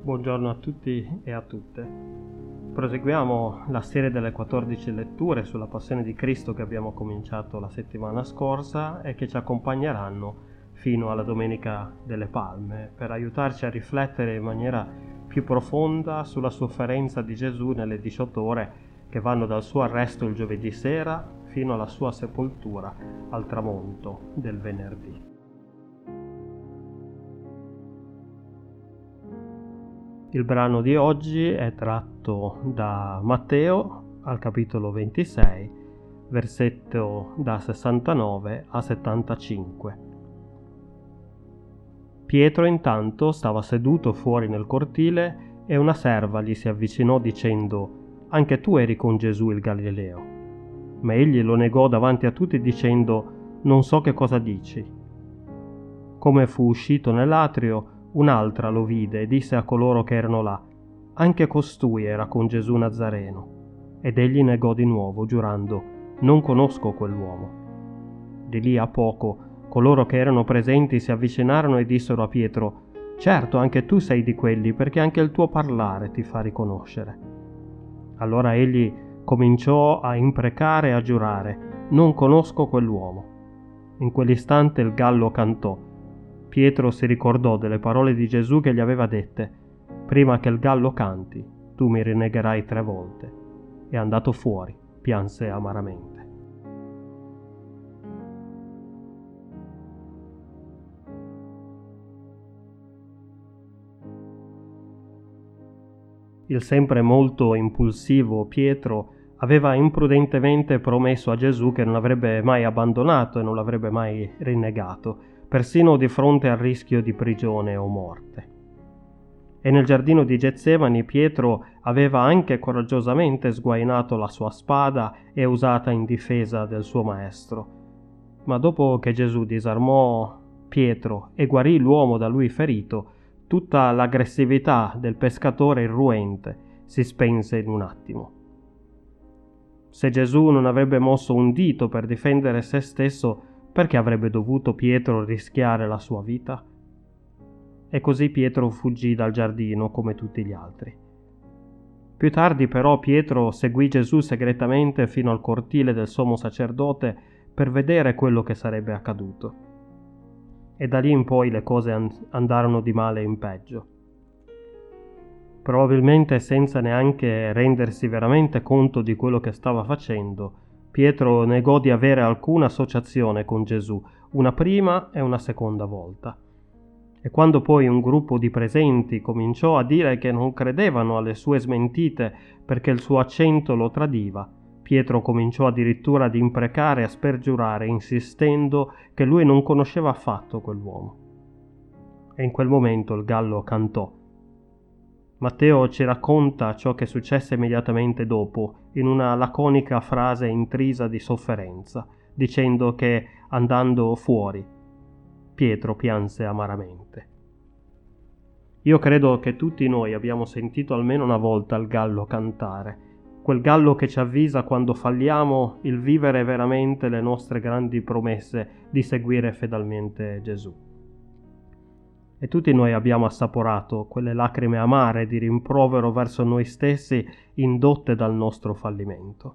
Buongiorno a tutti e a tutte. Proseguiamo la serie delle 14 letture sulla Passione di Cristo che abbiamo cominciato la settimana scorsa e che ci accompagneranno fino alla Domenica delle Palme per aiutarci a riflettere in maniera più profonda sulla sofferenza di Gesù nelle 18 ore che vanno dal suo arresto il giovedì sera fino alla sua sepoltura al tramonto del venerdì. Il brano di oggi è tratto da Matteo al capitolo 26, versetto da 69 a 75. Pietro intanto stava seduto fuori nel cortile e una serva gli si avvicinò dicendo: «Anche tu eri con Gesù il Galileo». Ma egli lo negò davanti a tutti dicendo: «Non so che cosa dici». Come fu uscito nell'atrio, un'altra lo vide e disse a coloro che erano là: «Anche costui era con Gesù Nazareno». Ed egli negò di nuovo, giurando: «Non conosco quell'uomo». Di lì a poco coloro che erano presenti si avvicinarono e dissero a Pietro: «Certo, anche tu sei di quelli, perché anche il tuo parlare ti fa riconoscere». Allora egli cominciò a imprecare e a giurare: «Non conosco quell'uomo». In quell'istante il gallo cantò. Pietro si ricordò delle parole di Gesù che gli aveva dette: «Prima che il gallo canti, tu mi rinnegherai 3 volte». E andato fuori, pianse amaramente. Il sempre molto impulsivo Pietro aveva imprudentemente promesso a Gesù che non l'avrebbe mai abbandonato e non l'avrebbe mai rinnegato, persino di fronte al rischio di prigione o morte. E nel giardino di Getsemani Pietro aveva anche coraggiosamente sguainato la sua spada e usata in difesa del suo maestro. Ma dopo che Gesù disarmò Pietro e guarì l'uomo da lui ferito, tutta l'aggressività del pescatore irruente si spense in un attimo. Se Gesù non avrebbe mosso un dito per difendere se stesso, perché avrebbe dovuto Pietro rischiare la sua vita? E così Pietro fuggì dal giardino come tutti gli altri. Più tardi però Pietro seguì Gesù segretamente fino al cortile del sommo sacerdote per vedere quello che sarebbe accaduto. E da lì in poi le cose andarono di male in peggio. Probabilmente senza neanche rendersi veramente conto di quello che stava facendo, Pietro negò di avere alcuna associazione con Gesù, una prima e una seconda volta. E quando poi un gruppo di presenti cominciò a dire che non credevano alle sue smentite perché il suo accento lo tradiva, Pietro cominciò addirittura ad imprecare e a spergiurare, insistendo che lui non conosceva affatto quell'uomo. E in quel momento il gallo cantò. Matteo ci racconta ciò che successe immediatamente dopo, in una laconica frase intrisa di sofferenza, dicendo che, andando fuori, Pietro pianse amaramente. Io credo che tutti noi abbiamo sentito almeno una volta il gallo cantare, quel gallo che ci avvisa quando falliamo il vivere veramente le nostre grandi promesse di seguire fedelmente Gesù. E tutti noi abbiamo assaporato quelle lacrime amare di rimprovero verso noi stessi indotte dal nostro fallimento.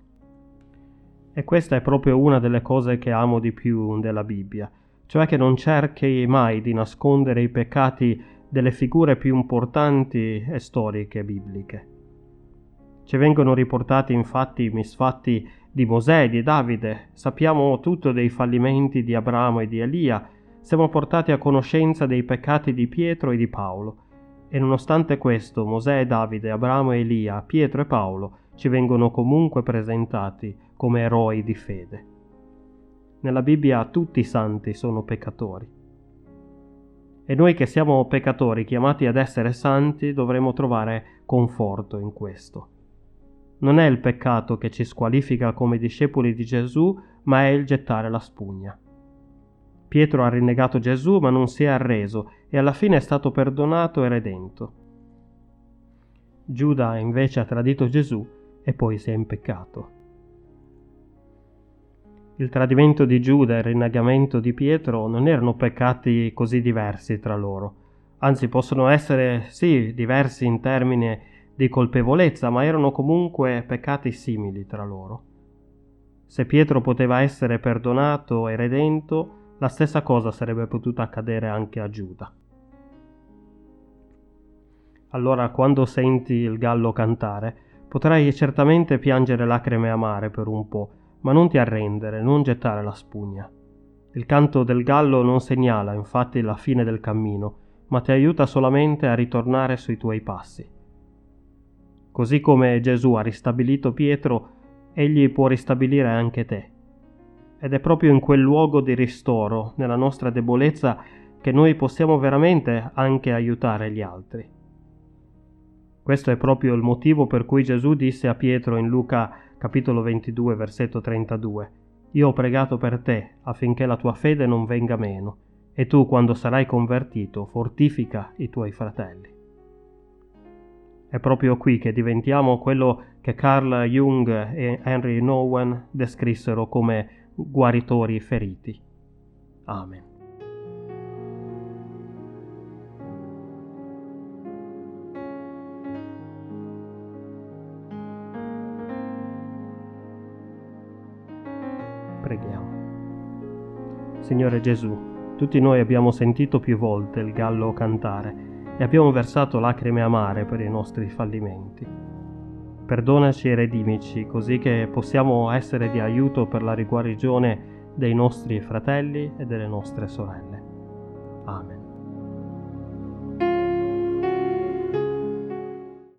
E questa è proprio una delle cose che amo di più della Bibbia, cioè che non cerchi mai di nascondere i peccati delle figure più importanti e storiche bibliche. Ci vengono riportati infatti i misfatti di Mosè e di Davide, sappiamo tutto dei fallimenti di Abramo e di Elia, siamo portati a conoscenza dei peccati di Pietro e di Paolo, e nonostante questo Mosè e Davide, Abramo e Elia, Pietro e Paolo ci vengono comunque presentati come eroi di fede. Nella Bibbia tutti i santi sono peccatori. E noi che siamo peccatori chiamati ad essere santi dovremo trovare conforto in questo. Non è il peccato che ci squalifica come discepoli di Gesù, ma è il gettare la spugna. Pietro ha rinnegato Gesù ma non si è arreso e alla fine è stato perdonato e redento. Giuda invece ha tradito Gesù e poi si è impeccato. Il tradimento di Giuda e il rinnegamento di Pietro non erano peccati così diversi tra loro, Anzi, possono essere, sì, diversi in termini di colpevolezza, ma erano comunque peccati simili tra loro. Se Pietro poteva essere perdonato e redento, la stessa cosa sarebbe potuta accadere anche a Giuda. Allora, quando senti il gallo cantare, potrai certamente piangere lacrime amare per un po', ma non ti arrendere, non gettare la spugna. Il canto del gallo non segnala infatti la fine del cammino, ma ti aiuta solamente a ritornare sui tuoi passi. Così come Gesù ha ristabilito Pietro, egli può ristabilire anche te. Ed è proprio in quel luogo di ristoro, nella nostra debolezza, che noi possiamo veramente anche aiutare gli altri. Questo è proprio il motivo per cui Gesù disse a Pietro in Luca capitolo 22 versetto 32: Io ho pregato per te affinché la tua fede non venga meno, e tu quando sarai convertito fortifica i tuoi fratelli. È proprio qui che diventiamo quello che Carl Jung e Henry Nouwen descrissero come guaritori feriti. Amen. Preghiamo. Signore Gesù, tutti noi abbiamo sentito più volte il gallo cantare e abbiamo versato lacrime amare per i nostri fallimenti. Perdonaci e redimici, così che possiamo essere di aiuto per la riguarigione dei nostri fratelli e delle nostre sorelle. Amen.